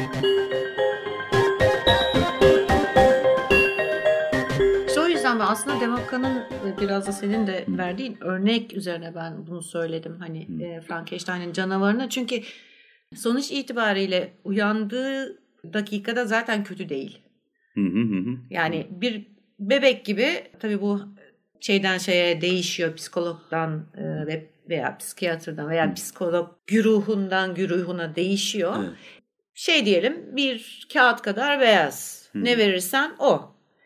Aslında Demokka'nın biraz da senin de verdiğin örnek üzerine ben bunu söyledim. Hani hmm. e, Frankenstein'in canavarına. Çünkü sonuç itibariyle uyandığı dakikada zaten kötü değil. Hmm. Yani bir bebek gibi, tabii bu şeyden şeye değişiyor, psikologdan e, ve veya psikiyatrdan veya hmm. psikolog güruhundan güruhuna değişiyor. Evet. Şey diyelim, bir kağıt kadar beyaz. Hmm. Ne verirsen o.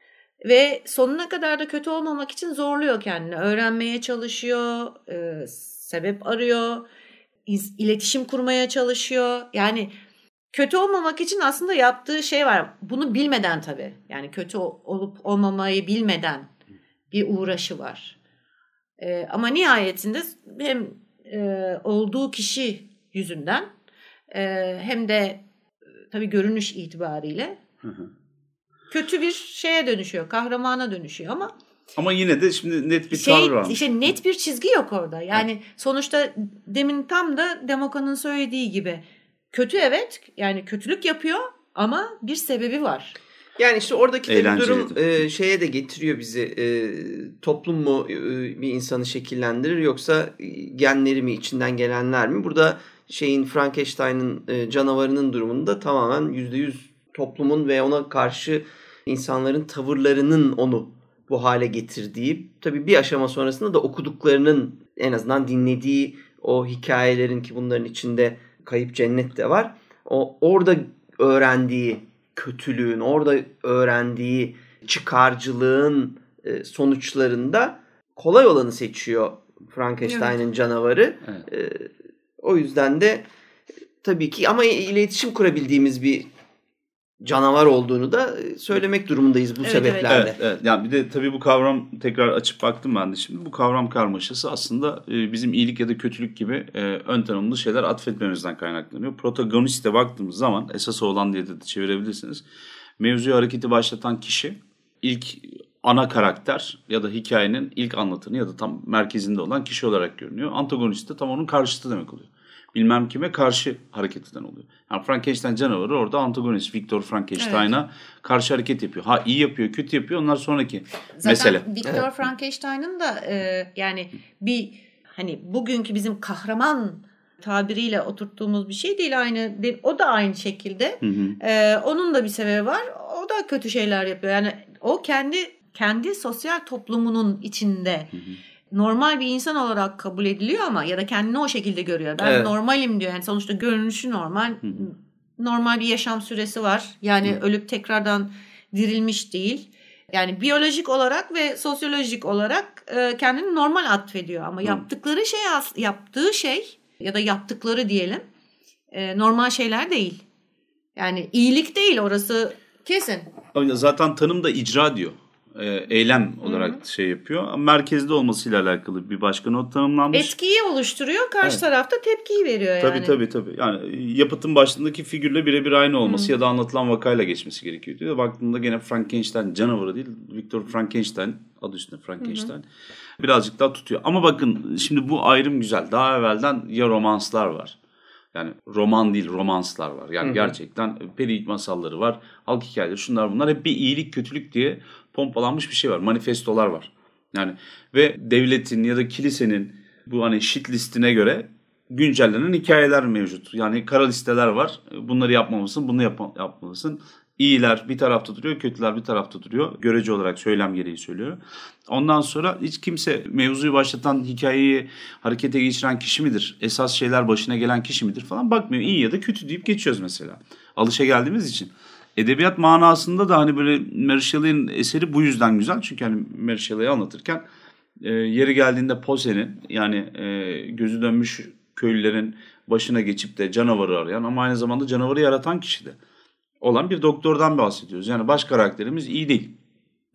Ve sonuna kadar da kötü olmamak için zorluyor kendini. Öğrenmeye çalışıyor, e, sebep arıyor, iz, iletişim kurmaya çalışıyor. Yani kötü olmamak için aslında yaptığı şey var. Bunu bilmeden tabii. Yani kötü olup olmamayı bilmeden bir uğraşı var. E, ama nihayetinde hem e, olduğu kişi yüzünden e, hem de e, tabii görünüş itibariyle... Hı hı. Kötü bir şeye dönüşüyor, kahramana dönüşüyor ama ama yine de şimdi net bir şey, tavır var. İşte net bir çizgi yok orada. Yani evet. Sonuçta demin tam da Demokka'nın söylediği gibi kötü, evet, yani kötülük yapıyor ama bir sebebi var. Yani işte oradaki bir durum e, şeye de getiriyor bizi. E, toplum mu e, bir insanı şekillendirir yoksa genleri mi, içinden gelenler mi? Burada şeyin Frankenstein'ın e, canavarının durumunda tamamen yüzde yüz toplumun ve ona karşı insanların tavırlarının onu bu hale getirdiği, tabii bir aşama sonrasında da okuduklarının, en azından dinlediği o hikayelerin, ki bunların içinde Kayıp Cennet de var, o orada öğrendiği kötülüğün, orada öğrendiği çıkarcılığın sonuçlarında kolay olanı seçiyor Frankenstein'in evet. canavarı. Evet. O yüzden de tabii ki ama iletişim kurabildiğimiz bir canavar olduğunu da söylemek durumundayız bu evet, sebeplerle. Evet, evet. Yani bir de tabii bu kavram, tekrar açıp baktım ben de şimdi, bu kavram karmaşası aslında bizim iyilik ya da kötülük gibi ön tanımlı şeyler atfetmemizden kaynaklanıyor. Protagoniste baktığımız zaman, esas olan diye de çevirebilirsiniz, mevzuyu, hareketi başlatan kişi ilk ana karakter ya da hikayenin ilk anlatanı ya da tam merkezinde olan kişi olarak görünüyor. Antagonist de tam onun karşıtı demek oluyor. Bilmem kime karşı hareket eden oluyor. Yani Frankenstein canavarı orada antagonist, Victor Frankenstein'a evet. karşı hareket yapıyor. Ha iyi yapıyor, kötü yapıyor, onlar sonraki zaten mesele. Zaten Victor evet. Frankenstein'ın da e, yani bir hani bugünkü bizim kahraman tabiriyle oturttuğumuz bir şey değil, aynı. O da aynı şekilde. Hı hı. E, onun da bir sebebi var. O da kötü şeyler yapıyor. Yani o kendi kendi sosyal toplumunun içinde. Hı hı. Normal bir insan olarak kabul ediliyor ama ya da kendini o şekilde görüyor. Ben evet. normalim diyor. Yani sonuçta görünüşü normal. Hı. Normal bir yaşam süresi var. Yani Hı. ölüp tekrardan dirilmiş değil. Yani biyolojik olarak ve sosyolojik olarak e, kendini normal atfediyor. Ama Hı. yaptıkları şey, yaptığı şey ya da yaptıkları diyelim e, normal şeyler değil. Yani iyilik değil, orası kesin. Zaten tanım da icra diyor. Eylem olarak Hı-hı. şey yapıyor. Merkezde olmasıyla alakalı bir başka not tanımlanmış. Etkiyi oluşturuyor. Karşı evet. tarafta tepkiyi veriyor tabii, yani. Tabii tabii tabii. Yani yapıtın başındaki figürle birebir aynı olması Hı-hı. ya da anlatılan vakayla geçmesi gerekiyor diyor. Baktığımda gene Frankenstein canavarı değil, Victor Frankenstein, adı üstünde Frankenstein. Hı-hı. Birazcık daha tutuyor. Ama bakın şimdi bu ayrım güzel. Daha evvelden ya romanslar var. Yani roman değil, romanslar var. Yani Hı-hı. gerçekten peri masalları var. Halk hikayeleri, şunlar bunlar. Hep bir iyilik, kötülük diye pompalanmış bir şey var. Manifestolar var. Yani ve devletin ya da kilisenin bu hani shit listine göre güncellenen hikayeler mevcut. Yani kara listeler var. Bunları yapmamalısın, bunu yap- yapmalısın. İyiler bir tarafta duruyor, kötüler bir tarafta duruyor. Görece olarak söylem gereği söylüyor. Ondan sonra hiç kimse mevzuyu başlatan, hikayeyi harekete geçiren kişi midir? Esas şeyler başına gelen kişi midir falan bakmıyor. İyi ya da kötü deyip geçiyoruz mesela. Alışa geldiğimiz için. Edebiyat manasında da hani böyle Mary Shelley'in eseri bu yüzden güzel. Çünkü hani Mary Shelley'i anlatırken e, yeri geldiğinde Pose'nin, yani e, gözü dönmüş köylülerin başına geçip de canavarı arayan ama aynı zamanda canavarı yaratan kişi de olan bir doktordan bahsediyoruz. Yani baş karakterimiz iyi değil.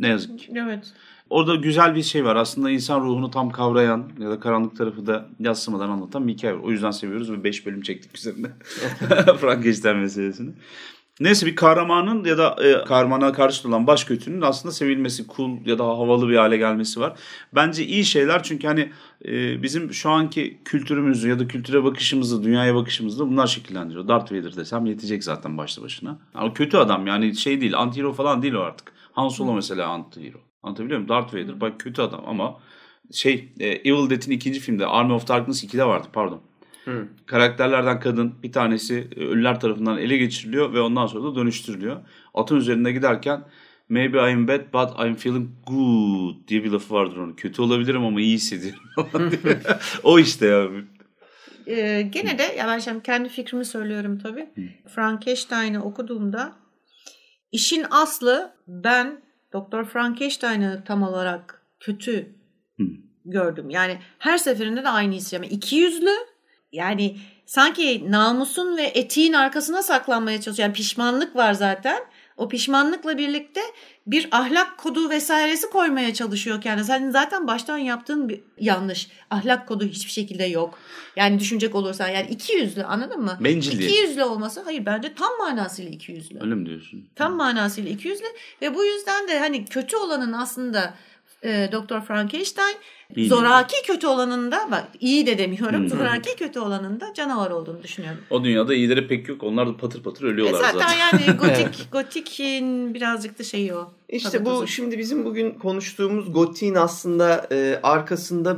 Ne yazık ki. Evet. Orada güzel bir şey var. Aslında insan ruhunu tam kavrayan ya da karanlık tarafı da yadsımadan anlatan bir hikaye var. O yüzden seviyoruz ve beş bölüm çektik üzerine. Frankenstein meselesini. Neyse bir kahramanın ya da e, kahramana karşı olan baş kötünün aslında sevilmesi, cool ya da havalı bir hale gelmesi var. Bence iyi şeyler çünkü hani e, bizim şu anki kültürümüzü ya da kültüre bakışımızı, dünyaya bakışımızı bunlar şekillendiriyor. Darth Vader desem yetecek zaten başlı başına. Yani o kötü adam yani şey değil, anti-hero falan değil o artık. Han Solo mesela anti-hero. Anlatabiliyor muyum? Darth Vader bak kötü adam ama şey e, Evil Dead'in ikinci filmde Army of Darkness ikide vardı pardon. Hı. Karakterlerden kadın bir tanesi ölüler tarafından ele geçiriliyor ve ondan sonra da dönüştürülüyor. Atın üzerinde giderken maybe I'm bad but I'm feeling good diye bir lafı vardır onun. Kötü olabilirim ama iyi hissediyorum. O işte ya. Ee, gene de ya ben şimdi kendi fikrimi söylüyorum tabii. Hı. Frankenstein'ı okuduğumda işin aslı ben Doktor Frankenstein'ı tam olarak kötü Hı. gördüm. Yani her seferinde de aynı hissediyorum. İki yüzlü. Yani sanki namusun ve etiğin arkasına saklanmaya çalışıyor. Yani pişmanlık var zaten. O pişmanlıkla birlikte bir ahlak kodu vesairesi koymaya çalışıyor kendine. Sen zaten baştan yaptığın bir yanlış. Ahlak kodu hiçbir şekilde yok. Yani düşünecek olursan yani iki yüzlü anladın mı? Bencil iki yüzlü olması hayır bence tam manasıyla iki yüzlü. Öyle mi diyorsun? Tam manasıyla iki yüzlü ve bu yüzden de hani kötü olanın aslında e, Doktor Frankenstein İyi zoraki mi? Kötü olanın da bak iyi de demiyorum. Hmm. Zoraki kötü olanın da canavar olduğunu düşünüyorum. O dünyada iyileri pek yok. Onlar da patır patır ölüyorlar e zaten. Zaten yani gotik gotikin birazcık da şeyi o. İşte bu tuzu. Şimdi bizim bugün konuştuğumuz gotiğin aslında e, arkasında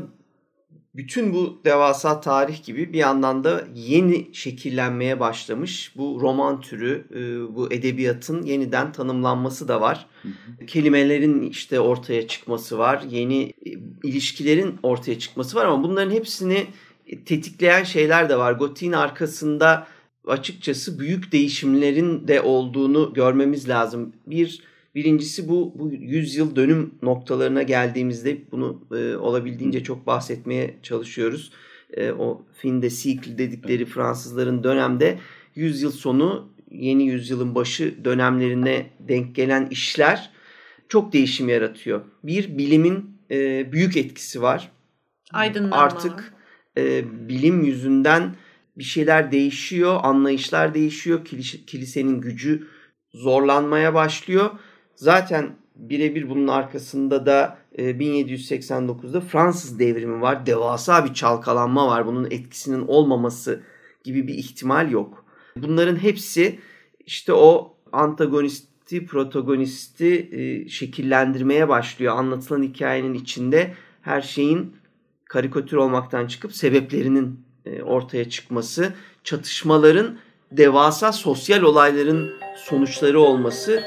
bütün bu devasa tarih gibi bir yandan da yeni şekillenmeye başlamış bu roman türü, bu edebiyatın yeniden tanımlanması da var. Hı hı. Kelimelerin işte ortaya çıkması var, yeni ilişkilerin ortaya çıkması var ama bunların hepsini tetikleyen şeyler de var. Gotiğin arkasında açıkçası büyük değişimlerin de olduğunu görmemiz lazım. Bir Birincisi bu, bu yüzyıl dönüm noktalarına geldiğimizde bunu e, olabildiğince çok bahsetmeye çalışıyoruz. E, o fin de siècle dedikleri Fransızların dönemde yüzyıl sonu, yeni yüzyılın başı dönemlerine denk gelen işler çok değişim yaratıyor. Bir, bilimin e, büyük etkisi var. Aydınlanma. Artık e, bilim yüzünden bir şeyler değişiyor, anlayışlar değişiyor, Kilis- kilisenin gücü zorlanmaya başlıyor. Zaten birebir bunun arkasında da bin yedi yüz seksen dokuzda Fransız devrimi var. Devasa bir çalkalanma var. Bunun etkisinin olmaması gibi bir ihtimal yok. Bunların hepsi işte o antagonisti, protagonisti şekillendirmeye başlıyor. Anlatılan hikayenin içinde her şeyin karikatür olmaktan çıkıp sebeplerinin ortaya çıkması, çatışmaların devasa sosyal olayların sonuçları olması.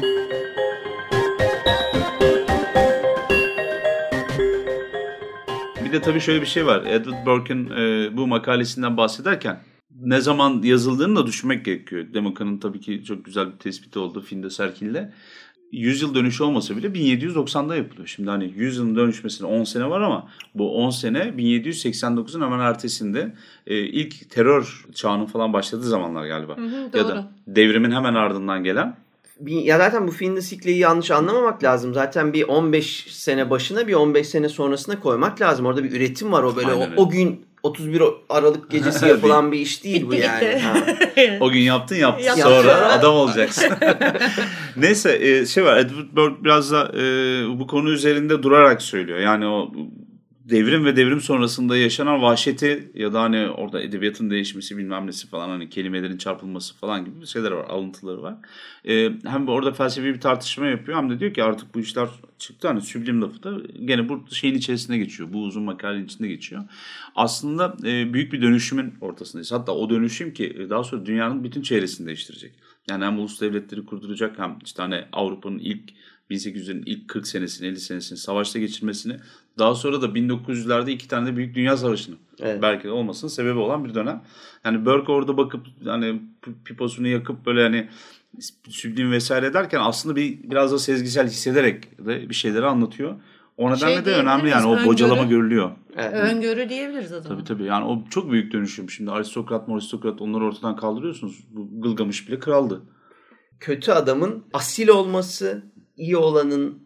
Bir de tabii şöyle bir şey var. Edward Burke'ın e, bu makalesinden bahsederken ne zaman yazıldığını da düşünmek gerekiyor. Demoka'nın tabii ki çok güzel bir tespiti oldu Finde Serkil'de. yüzyıl dönüşü olmasa bile bin yedi yüz doksanda yapılıyor. Şimdi hani yüzyılın dönüşmesine on sene var ama bu on sene bin yedi yüz seksen dokuzun hemen ertesinde e, ilk terör çağının falan başladığı zamanlar galiba. Hı hı, ya da devrimin hemen ardından gelen. Ya zaten bu Finde Siècle'yi yanlış anlamamak lazım. Zaten bir on beş sene başına bir on beş sene sonrasına koymak lazım. Orada bir üretim var. O böyle o, o gün otuz bir Aralık gecesi yapılan bir iş değil bu yani. Ha. O gün yaptın yaptın. Yaptın. Sonra adam olacaksın. Neyse e, şey var Edward Burke biraz da e, bu konu üzerinde durarak söylüyor. Yani o devrim ve devrim sonrasında yaşanan vahşeti ya da hani orada edebiyatın değişmesi bilmem nesi falan hani kelimelerin çarpılması falan gibi şeyler var, alıntıları var. Ee, hem orada felsefi bir tartışma yapıyor hem de diyor ki artık bu işler çıktı hani süblim lafı da gene bu şeyin içerisinde geçiyor. Bu uzun makalenin içinde geçiyor. Aslında e, büyük bir dönüşümün ortasındayız. Hatta o dönüşüm ki daha sonra dünyanın bütün çevresini değiştirecek. Yani hem ulus devletleri kurduracak hem işte hani Avrupa'nın ilk bin sekiz yüzlerin ilk kırk senesini elli senesini savaşta geçirmesini daha sonra da bin dokuz yüzlerde iki tane de büyük dünya savaşını evet. belki de olmasının sebebi olan bir dönem. Yani Burke orada bakıp hani piposunu yakıp böyle hani süblim vesaire derken aslında bir biraz da sezgisel hissederek de bir şeyleri anlatıyor. O nedenle şey de önemli yani o öngörü, bocalama görülüyor. Evet. Öngörü diyebiliriz o zaman. Tabii tabii yani o çok büyük dönüşüm. Şimdi aristokrat mı aristokrat onları ortadan kaldırıyorsunuz. Bu Gılgamış bile kraldı. Kötü adamın asil olması, iyi olanın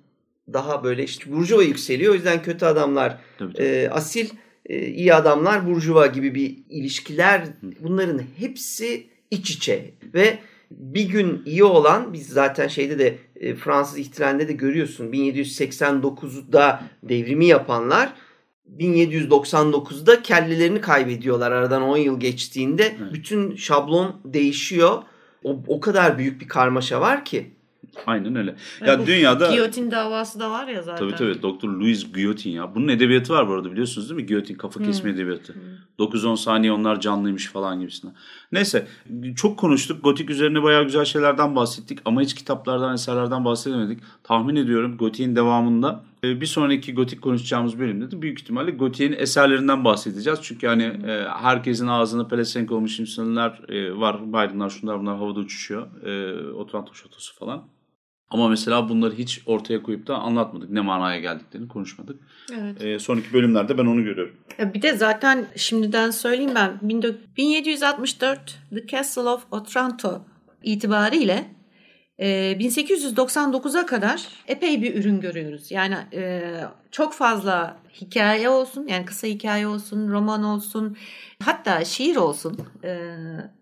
daha böyle işte burjuva yükseliyor. O yüzden kötü adamlar tabii, tabii. E, asil, e, iyi adamlar burjuva gibi bir ilişkiler, bunların hepsi iç içe ve bir gün iyi olan, biz zaten şeyde de e, Fransız ihtilalinde de görüyorsun, bin yedi yüz seksen dokuzda devrimi yapanlar bin yedi yüz doksan dokuzda kellelerini kaybediyorlar aradan on yıl geçtiğinde. Evet. Bütün şablon değişiyor. O, o kadar büyük bir karmaşa var ki. Aynen öyle. Yani ya dünyada giyotin davası da var ya zaten. Tabii tabii. doktor Louis Guillotine ya. Bunun edebiyatı var bu arada, biliyorsunuz değil mi? Guillotine, kafa kesme hmm. edebiyatı. Hmm. dokuz on saniye onlar canlıymış falan gibisinden. Neyse, çok konuştuk. Gotik üzerine bayağı güzel şeylerden bahsettik ama hiç kitaplardan, eserlerden bahsedemedik. Tahmin ediyorum Gotik'in devamında bir sonraki Gotik konuşacağımız bölümde de büyük ihtimalle Gotik'in eserlerinden bahsedeceğiz. Çünkü hani hmm. herkesin ağzına pelesenk olmuş insanlar var. Biden'lar, şunlar bunlar havada uçuşuyor. Otranto şatosu falan. Ama mesela bunları hiç ortaya koyup da anlatmadık. Ne manaya geldiklerini konuşmadık. Evet. Ee, sonraki bölümlerde ben onu görüyorum. Ya bir de zaten şimdiden söyleyeyim ben. bin yedi yüz altmış dört The Castle of Otranto itibariyle e, bin sekiz yüz doksan dokuza kadar epey bir ürün görüyoruz. Yani e, çok fazla hikaye olsun, yani kısa hikaye olsun, roman olsun, hatta şiir olsun. E,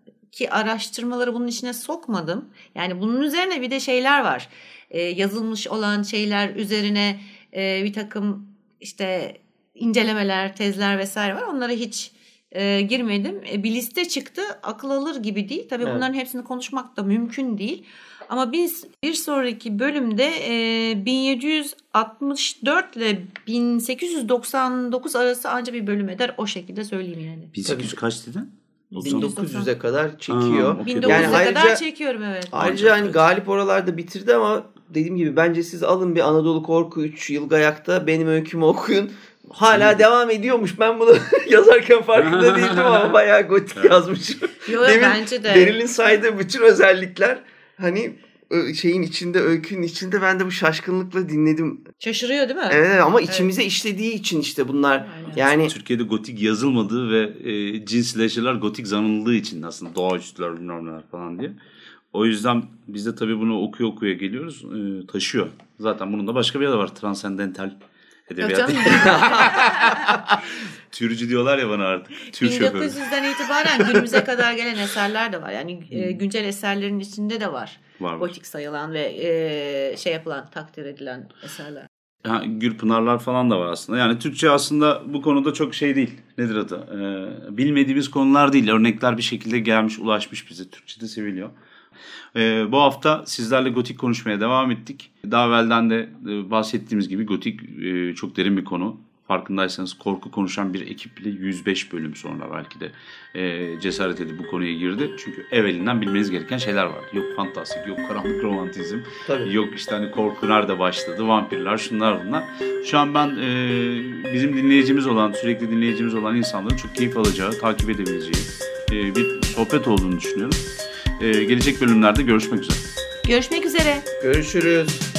Ki araştırmaları bunun içine sokmadım. Yani bunun üzerine bir de şeyler var. Ee, yazılmış olan şeyler üzerine e, bir takım işte incelemeler, tezler vesaire var. Onlara hiç e, girmedim. E, bir liste çıktı. Akıl alır gibi değil. Tabii evet. Bunların hepsini konuşmak da mümkün değil. Ama biz bir sonraki bölümde e, bin yedi yüz altmış dört ile bin sekiz yüz doksan dokuz arası anca bir bölüm eder. O şekilde söyleyeyim yani. bin sekiz yüz kaç dedin? bin dokuz yüze kadar çekiyor. Aa, okay. bin dokuz yüze yani kadar ayrıca, çekiyorum evet. Ayrıca hani Galip oralarda bitirdi ama dediğim gibi bence siz alın bir Anadolu Korku üç Yılgayak'ta benim öykümü okuyun. Hala hmm. devam ediyormuş. Ben bunu yazarken farkında değildim ama bayağı gotik yazmış. Yo, bence de. Beril'in saydığı bütün özellikler hani şeyin içinde, öykünün içinde, ben de bu şaşkınlıkla dinledim. Şaşırıyor değil mi? Evet ama içimize evet. işlediği için işte bunlar. Aynen. Yani Türkiye'de gotik yazılmadığı ve e, cin slasher'lar gotik zanıldığı için aslında doğaüstüler bilmem falan diye. O yüzden biz de tabii bunu okuya okuya geliyoruz. E, taşıyor. Zaten bunun da başka bir adı var. Transendental edebiyat. Türcü diyorlar ya bana artık. Tür bin dokuz yüzden itibaren günümüze kadar gelen eserler de var. Yani e, güncel eserlerin içinde de var. Var gotik sayılan ve e, şey yapılan, takdir edilen eserler. Ha, Gürpınarlar falan da var aslında. Yani Türkçe aslında bu konuda çok şey değil. Nedir adı? Ee, bilmediğimiz konular değil. Örnekler bir şekilde gelmiş, ulaşmış bize. Türkçe'de seviliyor. Ee, bu hafta sizlerle gotik konuşmaya devam ettik. Daha evvelden de e, bahsettiğimiz gibi gotik e, çok derin bir konu. Farkındaysanız korku konuşan bir ekiple yüz beş bölüm sonra belki de e, cesaret edip bu konuya girdi. Çünkü evvelinden bilmeniz gereken şeyler vardı. Yok fantastik, yok karanlık romantizm, Tabii. yok işte hani korku nerede başladı, vampirler, şunlar bunlar. Şu an ben e, bizim dinleyicimiz olan, sürekli dinleyicimiz olan insanların çok keyif alacağı, takip edebileceği e, bir sohbet olduğunu düşünüyorum. E, gelecek bölümlerde görüşmek üzere. Görüşmek üzere. Görüşürüz.